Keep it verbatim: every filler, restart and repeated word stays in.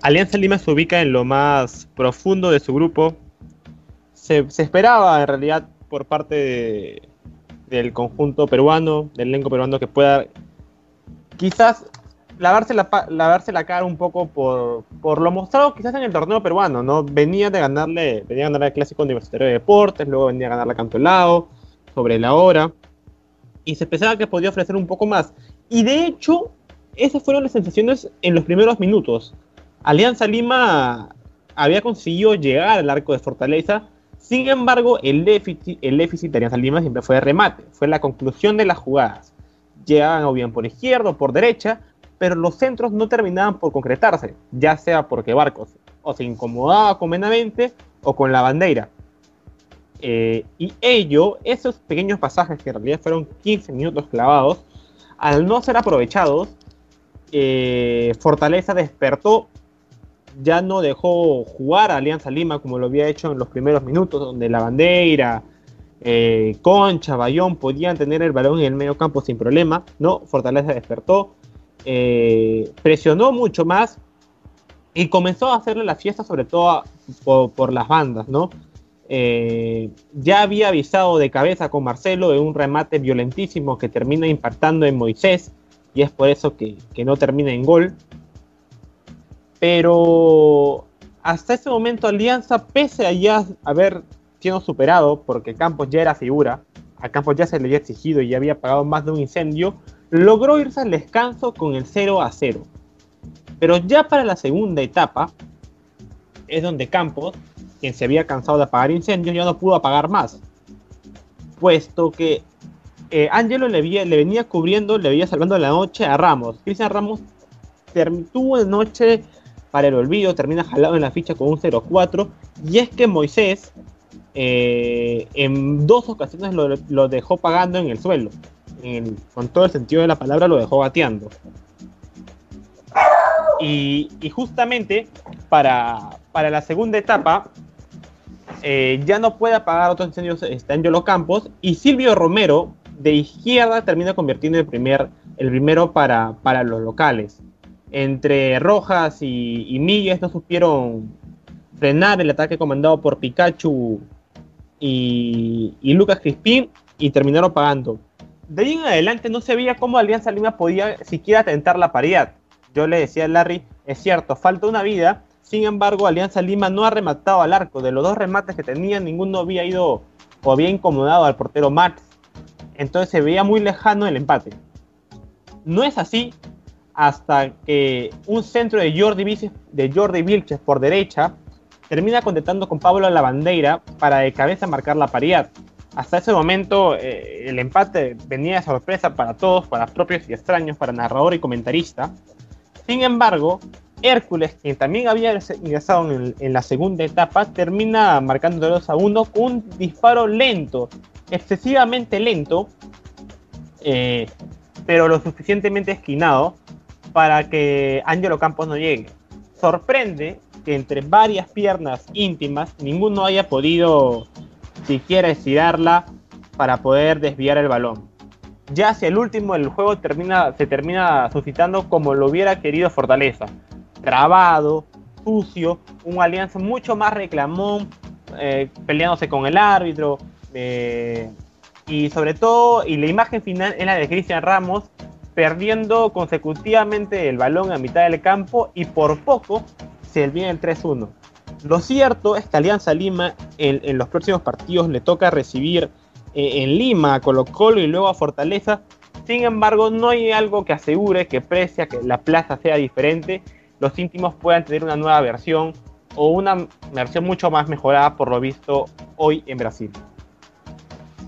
Alianza Lima se ubica en lo más profundo de su grupo. Se, se esperaba en realidad por parte de, del conjunto peruano, del elenco peruano, que pueda quizás lavarse la, lavarse la cara un poco por, por lo mostrado quizás en el torneo peruano, ¿no? Venía de ganarle, venía a ganar el Clásico Universitario de Deportes, luego venía a ganar la Cantolao, sobre la hora, y se pensaba que podía ofrecer un poco más. Y de hecho, esas fueron las sensaciones en los primeros minutos. Alianza Lima había conseguido llegar al arco de Fortaleza. Sin embargo, el déficit, el déficit de Alianza Lima siempre fue de remate, fue la conclusión de las jugadas. Llegaban o bien por izquierda o por derecha, pero los centros no terminaban por concretarse, ya sea porque Barcos o se incomodaba con Benavente o con la bandera. Eh, y ello, esos pequeños pasajes que en realidad fueron quince minutos clavados, al no ser aprovechados, eh, Fortaleza despertó. Ya no dejó jugar a Alianza Lima como lo había hecho en los primeros minutos, donde la bandera, eh, Concha, Bayón podían tener el balón en el medio campo sin problema. No, Fortaleza despertó, eh, presionó mucho más y comenzó a hacerle la fiesta, sobre todo a, por, por las bandas, ¿no? Eh, ya había avisado de cabeza con Marcelo de un remate violentísimo que termina impactando en Moisés, y es por eso que, que no termina en gol. Pero hasta ese momento Alianza, pese a ya haber sido superado, porque Campos ya era figura, a Campos ya se le había exigido y ya había pagado más de un incendio, logró irse al descanso con el cero a cero. Pero ya para la segunda etapa, es donde Campos, quien se había cansado de apagar incendios, ya no pudo apagar más, puesto que eh, Ángelo le, le venía cubriendo, le venía salvando la noche a Ramos. Cristian Ramos tuvo una noche para el olvido, termina jalado en la ficha con un cero cuatro, y es que Moisés eh, en dos ocasiones lo, lo dejó pagando en el suelo, en el, con todo el sentido de la palabra lo dejó gateando. Y, y justamente para, para la segunda etapa eh, ya no puede apagar otros incendios este, Ángelo Campos, y Silvio Romero de izquierda termina convirtiendo el, primer, el primero para, para los locales. Entre Rojas y, y Míguez no supieron frenar el ataque comandado por Pikachu y, y Lucas Crispín, y terminaron pagando. De ahí en adelante no se veía cómo Alianza Lima podía siquiera tentar la paridad. Yo le decía a Larry, es cierto, falta una vida. Sin embargo, Alianza Lima no ha rematado al arco. De los dos remates que tenía, ninguno había ido o había incomodado al portero Max. Entonces se veía muy lejano el empate. No es así hasta que un centro de Jordi, Vilches, de Jordi Vilches por derecha termina contestando con Pablo Lavandeira para de cabeza marcar la paridad. Hasta ese momento eh, el empate venía de sorpresa para todos, para propios y extraños, para narrador y comentarista. Sin embargo, Hércules, quien también había ingresado en, en la segunda etapa, termina marcando dos a uno con un disparo lento, excesivamente lento, eh, pero lo suficientemente esquinado para que Ángelo Campos no llegue. Sorprende que entre varias piernas íntimas ninguno haya podido siquiera estirarla para poder desviar el balón. Ya hacia el último el juego termina, se termina suscitando como lo hubiera querido Fortaleza. Trabado, sucio, un Alianza mucho más reclamón, eh, peleándose con el árbitro, eh, y sobre todo, y la imagen final es la de Cristian Ramos, perdiendo consecutivamente el balón a mitad del campo, y por poco se viene el tres uno. Lo cierto es que Alianza Lima en, en los próximos partidos le toca recibir eh, en Lima a Colo-Colo y luego a Fortaleza. Sin embargo, no hay algo que asegure, que precie a que la plaza sea diferente, los íntimos puedan tener una nueva versión o una versión mucho más mejorada por lo visto hoy en Brasil.